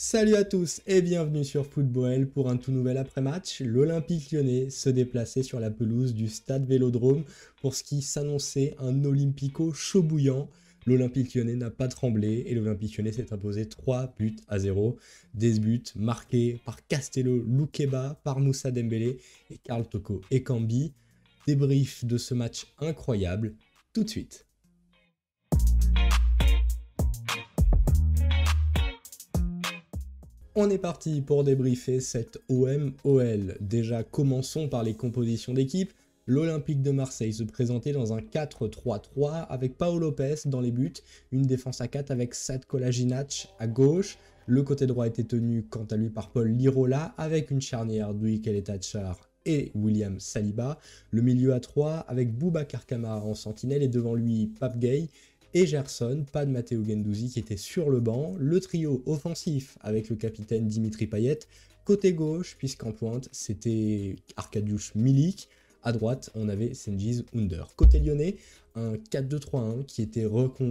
Salut à tous et bienvenue sur Football pour un tout nouvel après-match. L'Olympique Lyonnais se déplaçait sur la pelouse du stade Vélodrome pour ce qui s'annonçait un Olympico chaud bouillant. L'Olympique Lyonnais n'a pas tremblé et l'Olympique Lyonnais s'est imposé 3-0. Des buts marqués par Castello Loukeba, par Moussa Dembélé et Karl Toko Ekambi. Débrief de ce match incroyable tout de suite. On est parti pour débriefer cette OM-OL. Déjà, commençons par les compositions d'équipe. L'Olympique de Marseille se présentait dans un 4-3-3 avec Pau Lopez dans les buts, une défense à 4 avec Sad Kolasinac à gauche. Le côté droit était tenu quant à lui par Paul Lirola avec une charnière d'Ouikel Tachar et William Saliba. Le milieu à 3 avec Boubacar Kamara en sentinelle et devant lui Pape Gueye et Gerson, pas de Matteo Guendouzi qui était sur le banc. Le trio offensif avec le capitaine Dimitri Payet. Côté gauche, puisqu'en pointe, c'était Arkadiusz Milik. À droite, on avait Cengiz Under. Côté lyonnais, un 4-2-3-1 qui était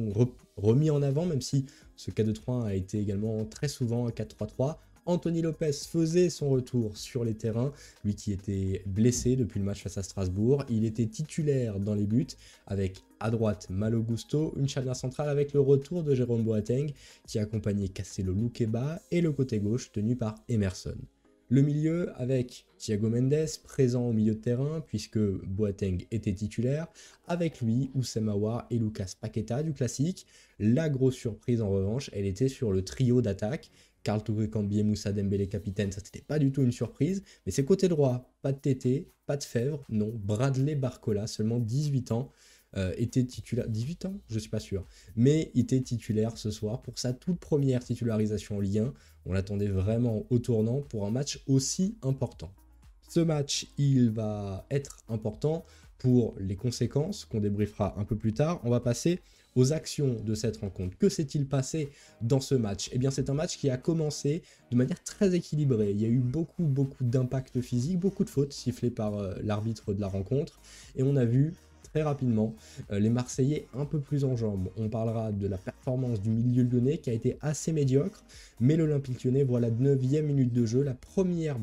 remis en avant, même si ce 4-2-3-1 a été également très souvent un 4-3-3. Anthony Lopez faisait son retour sur les terrains, lui qui était blessé depuis le match face à Strasbourg. Il était titulaire dans les buts, avec à droite Malo Gusto, une charnière centrale avec le retour de Jérôme Boateng, qui accompagnait Castello Loukeba, et le côté gauche tenu par Emerson. Le milieu avec Thiago Mendes présent au milieu de terrain puisque Boateng était titulaire, avec lui Oussem Aouar et Lucas Paqueta du classique. La grosse surprise en revanche, elle était sur le trio d'attaque. Karl Toko Ekambi et Moussa Dembélé capitaine, ça c'était pas du tout une surprise, mais c'est côté droit, pas de Tété, pas de Fèvre, non, Bradley Barcola, seulement 18 ans, était titulaire, 18 ans, je suis pas sûr, mais était titulaire ce soir pour sa toute première titularisation en Ligue 1. On l'attendait vraiment au tournant pour un match aussi important. Ce match, il va être important pour les conséquences qu'on débriefera un peu plus tard. On va passer aux actions de cette rencontre. Que s'est-il passé dans ce match? Eh bien, c'est un match qui a commencé de manière très équilibrée. Il y a eu beaucoup d'impact physique, beaucoup de fautes sifflées par l'arbitre de la rencontre. Et on a vu très rapidement les Marseillais un peu plus en jambes. On parlera de la performance du milieu lyonnais qui a été assez médiocre, mais l'Olympique Lyonnais voit la 9e minute de jeu, la première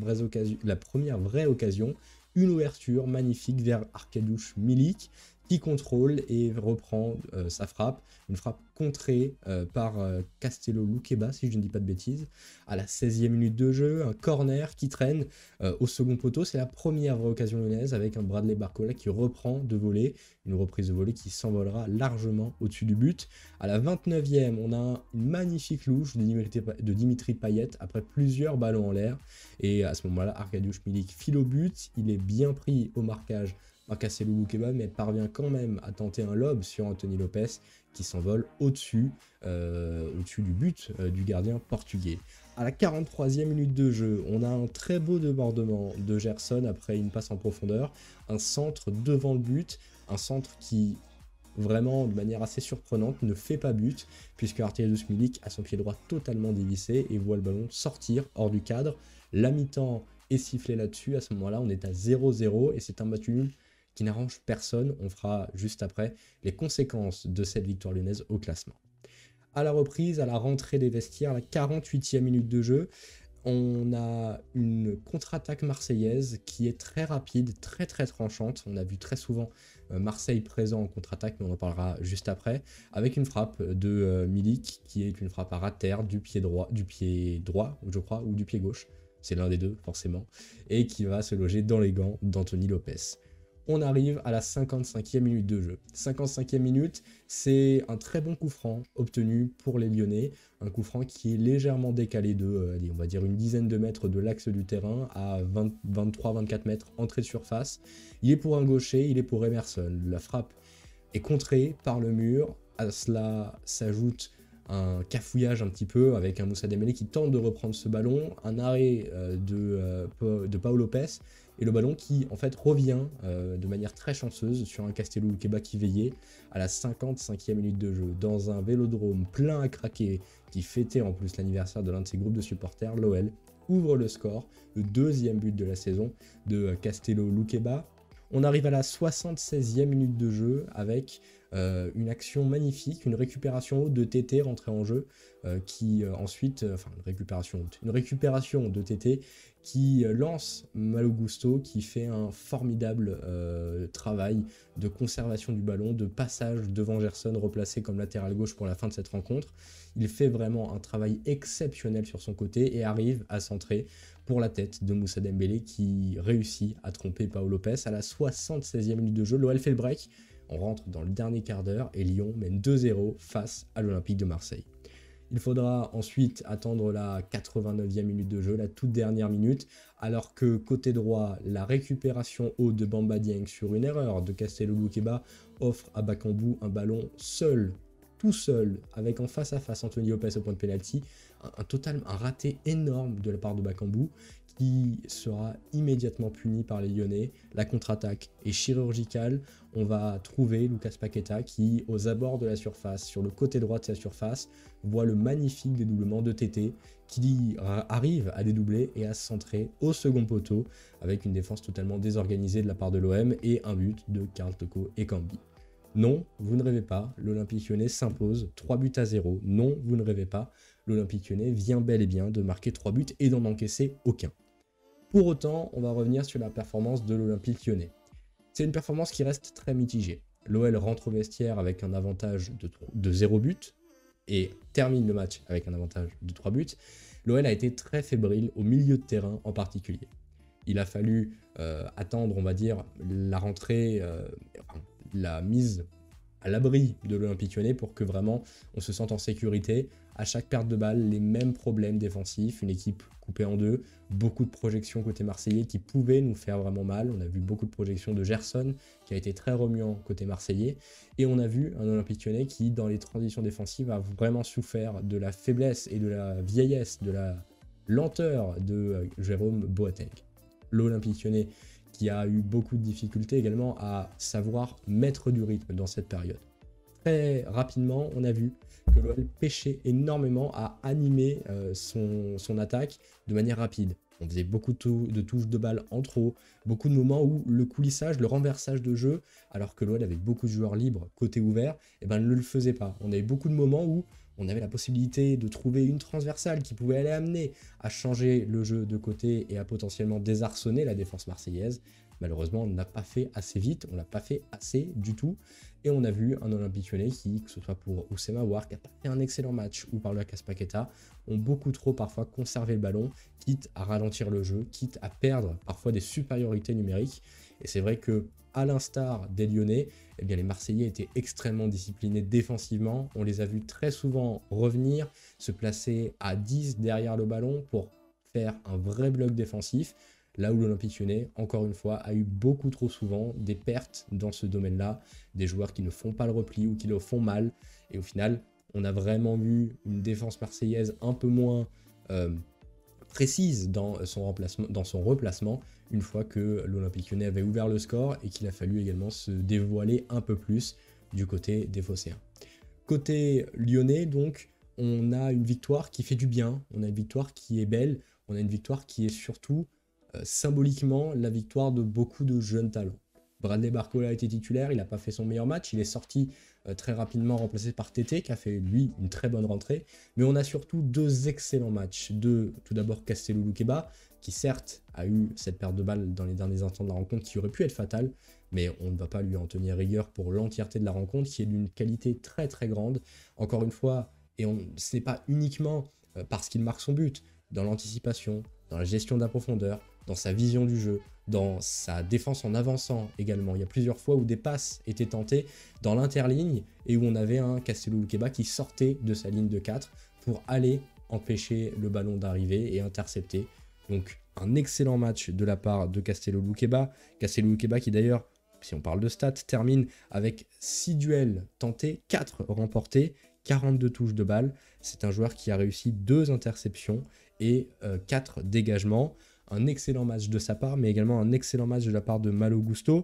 vraie occasion, une ouverture magnifique vers Arkadiusz Milik qui contrôle et reprend sa frappe, une frappe contrée par Castello Loukeba, si je ne dis pas de bêtises, à la 16e minute de jeu, un corner qui traîne au second poteau. C'est la première vraie occasion lyonnaise avec un Bradley Barcola qui reprend de volée, une reprise de volée qui s'envolera largement au-dessus du but. À la 29e, on a une magnifique louche de Dimitri Payet après plusieurs ballons en l'air, et à ce moment-là, Arkadiusz Milik file au but, il est bien pris au marquage par Castello Loukeba, mais parvient quand même à tenter un lob sur Anthony Lopez qui s'envole au-dessus du but du gardien portugais. À la 43e minute de jeu, on a un très beau débordement de Gerson après une passe en profondeur, un centre devant le but, un centre qui vraiment de manière assez surprenante ne fait pas but puisque Arkadiusz Milik a son pied droit totalement dévissé et voit le ballon sortir hors du cadre. La mi-temps est sifflée là-dessus. À ce moment-là, on est à 0-0 et c'est un match nul qui n'arrange personne. On fera juste après les conséquences de cette victoire lyonnaise au classement. À la reprise, à la rentrée des vestiaires, à la 48e minute de jeu, on a une contre-attaque marseillaise qui est très rapide, très tranchante. On a vu très souvent Marseille présent en contre-attaque, mais on en parlera juste après, avec une frappe de Milik qui est une frappe à ras de terre du pied droit, je crois, ou du pied gauche. C'est l'un des deux, forcément, et qui va se loger dans les gants d'Anthony Lopez. On arrive à la 55e minute de jeu. 55e minute, c'est un très bon coup franc obtenu pour les Lyonnais. Un coup franc qui est légèrement décalé de, on va dire, une dizaine de mètres de l'axe du terrain à 23-24 mètres entrée de surface. Il est pour un gaucher, il est pour Emerson. La frappe est contrée par le mur. À cela s'ajoute un cafouillage un petit peu avec un Moussa Dembélé qui tente de reprendre ce ballon, un arrêt de Pau Lopez et le ballon qui en fait revient de manière très chanceuse sur un Castello Loukeba qui veillait à la 55e minute de jeu dans un vélodrome plein à craquer qui fêtait en plus l'anniversaire de l'un de ses groupes de supporters. L'OL ouvre le score, le deuxième but de la saison de Castello Loukeba. On arrive à la 76e minute de jeu avec une action magnifique, une récupération haute de TT rentrée en jeu, une récupération de TT qui lance Malo Gusto, qui fait un formidable travail de conservation du ballon, de passage devant Gerson, replacé comme latéral gauche pour la fin de cette rencontre. Il fait vraiment un travail exceptionnel sur son côté et arrive à centrer pour la tête de Moussa Dembélé qui réussit à tromper Pau Lopez à la 76e minute de jeu. L'OL fait le break, on rentre dans le dernier quart d'heure et Lyon mène 2-0 face à l'Olympique de Marseille. Il faudra ensuite attendre la 89e minute de jeu, la toute dernière minute, alors que côté droit, la récupération haute de Bamba Dieng sur une erreur de Castello Luqueba offre à Bakambu un ballon tout seul, avec en face à face Anthony Lopez au point de pénalty, un raté énorme de la part de Bakambu, qui sera immédiatement puni par les Lyonnais. La contre-attaque est chirurgicale. On va trouver Lucas Paqueta qui, aux abords de la surface, sur le côté droit de sa surface, voit le magnifique dédoublement de TT qui arrive à dédoubler et à se centrer au second poteau avec une défense totalement désorganisée de la part de l'OM et un but de Karl Toko Ekambi. Non, vous ne rêvez pas, l'Olympique Lyonnais s'impose 3-0. Non, vous ne rêvez pas, l'Olympique Lyonnais vient bel et bien de marquer 3 buts et d'en encaisser aucun. Pour autant, on va revenir sur la performance de l'Olympique Lyonnais. C'est une performance qui reste très mitigée. L'OL rentre au vestiaire avec un avantage de 0 but et termine le match avec un avantage de 3 buts. L'OL a été très fébrile au milieu de terrain en particulier. Il a fallu attendre, on va dire, la rentrée, la mise à l'abri de l'Olympique Lyonnais pour que vraiment on se sente en sécurité. À chaque perte de balle, les mêmes problèmes défensifs, une équipe coupée en deux, beaucoup de projections côté marseillais qui pouvaient nous faire vraiment mal. On a vu beaucoup de projections de Gerson qui a été très remuant côté marseillais. Et on a vu un Olympique Lyonnais qui, dans les transitions défensives, a vraiment souffert de la faiblesse et de la vieillesse, de la lenteur de Jérôme Boateng. L'Olympique Lyonnais qui a eu beaucoup de difficultés également à savoir mettre du rythme dans cette période. Très rapidement, on a vu que l'OL pêchait énormément à animer son attaque de manière rapide. On faisait beaucoup de touches de balles en trop, beaucoup de moments où le coulissage, le renversage de jeu, alors que l'OL avait beaucoup de joueurs libres côté ouvert, ne le faisait pas. On avait beaucoup de moments où on avait la possibilité de trouver une transversale qui pouvait aller amener à changer le jeu de côté et à potentiellement désarçonner la défense marseillaise. Malheureusement, on ne l'a pas fait assez vite, on ne l'a pas fait assez du tout. Et on a vu un Olympique Lyonnais qui, que ce soit pour Oussema Aouar, qui n'a pas fait un excellent match, ou par Lucas Paqueta, ont beaucoup trop parfois conservé le ballon, quitte à ralentir le jeu, quitte à perdre parfois des supériorités numériques. Et c'est vrai que, à l'instar des Lyonnais, eh bien les Marseillais étaient extrêmement disciplinés défensivement. On les a vus très souvent revenir, se placer à 10 derrière le ballon pour faire un vrai bloc défensif. Là où l'Olympique Lyonnais, encore une fois, a eu beaucoup trop souvent des pertes dans ce domaine-là, des joueurs qui ne font pas le repli ou qui le font mal. Et au final, on a vraiment vu une défense marseillaise un peu moins précise dans son replacement, une fois que l'Olympique Lyonnais avait ouvert le score et qu'il a fallu également se dévoiler un peu plus du côté des Phocéens. Côté lyonnais, donc, on a une victoire qui fait du bien, on a une victoire qui est belle, on a une victoire qui est surtout symboliquement la victoire de beaucoup de jeunes talents. Bradley Barcola a été titulaire, il n'a pas fait son meilleur match, il est sorti très rapidement remplacé par TT qui a fait lui une très bonne rentrée, mais on a surtout deux excellents matchs tout d'abord Castello Luqueba qui certes a eu cette perte de balle dans les derniers instants de la rencontre qui aurait pu être fatale, mais on ne va pas lui en tenir rigueur pour l'entièreté de la rencontre qui est d'une qualité très très grande, encore une fois, et ce n'est pas uniquement parce qu'il marque son but, dans l'anticipation, dans la gestion de la profondeur, dans sa vision du jeu, dans sa défense en avançant également. Il y a plusieurs fois où des passes étaient tentées dans l'interligne et où on avait un Castello Luqueba qui sortait de sa ligne de 4 pour aller empêcher le ballon d'arriver et intercepter. Donc un excellent match de la part de Castello Luqueba. Castello Luqueba qui d'ailleurs, si on parle de stats, termine avec 6 duels tentés, 4 remportés, 42 touches de balle. C'est un joueur qui a réussi 2 interceptions et 4 dégagements. Un excellent match de sa part, mais également un excellent match de la part de Malo Gusto,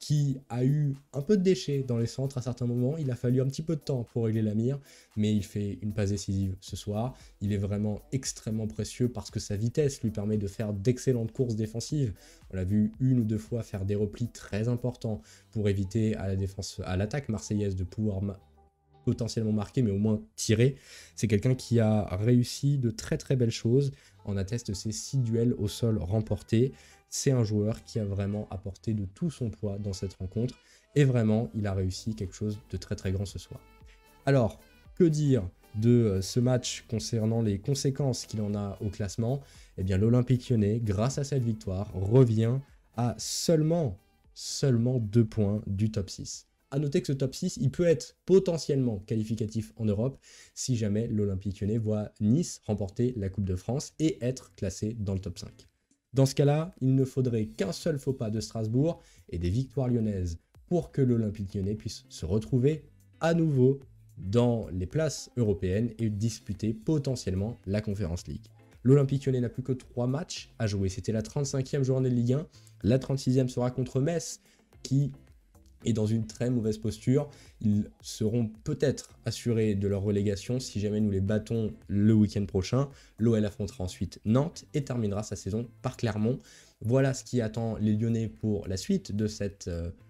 qui a eu un peu de déchets dans les centres à certains moments. Il a fallu un petit peu de temps pour régler la mire, mais il fait une passe décisive ce soir. Il est vraiment extrêmement précieux parce que sa vitesse lui permet de faire d'excellentes courses défensives. On l'a vu une ou deux fois faire des replis très importants pour éviter à la défense, à l'attaque marseillaise de pouvoir potentiellement marquer, mais au moins tirer. C'est quelqu'un qui a réussi de très très belles choses. En atteste ses 6 duels au sol remportés. C'est un joueur qui a vraiment apporté de tout son poids dans cette rencontre. Et vraiment, il a réussi quelque chose de très très grand ce soir. Alors, que dire de ce match concernant les conséquences qu'il en a au classement? Eh bien, l'Olympique Lyonnais, grâce à cette victoire, revient à seulement 2 points du top 6. A noter que ce top 6, il peut être potentiellement qualificatif en Europe si jamais l'Olympique Lyonnais voit Nice remporter la Coupe de France et être classé dans le top 5. Dans ce cas-là, il ne faudrait qu'un seul faux pas de Strasbourg et des victoires lyonnaises pour que l'Olympique Lyonnais puisse se retrouver à nouveau dans les places européennes et disputer potentiellement la Conference League. L'Olympique Lyonnais n'a plus que 3 matchs à jouer. C'était la 35e journée de Ligue 1. La 36e sera contre Metz, qui est dans une très mauvaise posture. Ils seront peut-être assurés de leur relégation si jamais nous les battons le week-end prochain. L'OL affrontera ensuite Nantes et terminera sa saison par Clermont. Voilà ce qui attend les Lyonnais pour la suite de cette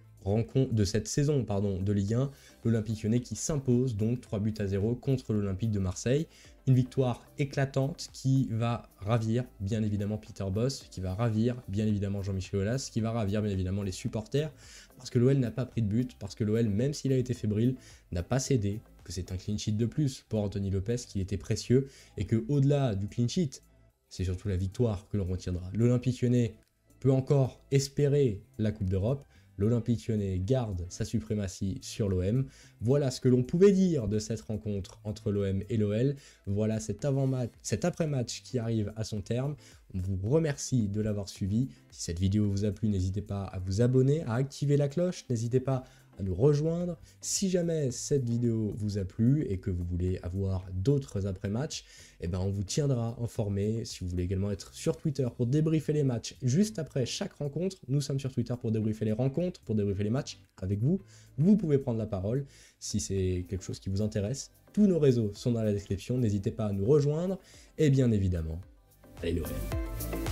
saison de Ligue 1. L'Olympique Lyonnais qui s'impose donc 3-0 contre l'Olympique de Marseille. Une victoire éclatante qui va ravir bien évidemment Peter Bosz, qui va ravir bien évidemment Jean-Michel Aulas, qui va ravir bien évidemment les supporters, parce que l'OL n'a pas pris de but, parce que l'OL, même s'il a été fébrile, n'a pas cédé, que c'est un clean sheet de plus pour Anthony Lopez, qui était précieux, et que au-delà du clean sheet, c'est surtout la victoire que l'on retiendra. L'Olympique Lyonnais peut encore espérer la Coupe d'Europe. L'Olympique Lyonnais garde sa suprématie sur l'OM. Voilà ce que l'on pouvait dire de cette rencontre entre l'OM et l'OL. Voilà cet après-match qui arrive à son terme. On vous remercie de l'avoir suivi. Si cette vidéo vous a plu, n'hésitez pas à vous abonner, à activer la cloche. N'hésitez pas à nous rejoindre. Si jamais cette vidéo vous a plu et que vous voulez avoir d'autres après-matchs, eh ben on vous tiendra informé. Si vous voulez également être sur Twitter pour débriefer les matchs juste après chaque rencontre, nous sommes sur Twitter pour débriefer les rencontres, pour débriefer les matchs avec vous. Vous pouvez prendre la parole si c'est quelque chose qui vous intéresse. Tous nos réseaux sont dans la description, n'hésitez pas à nous rejoindre. Et bien évidemment, allez l'OL.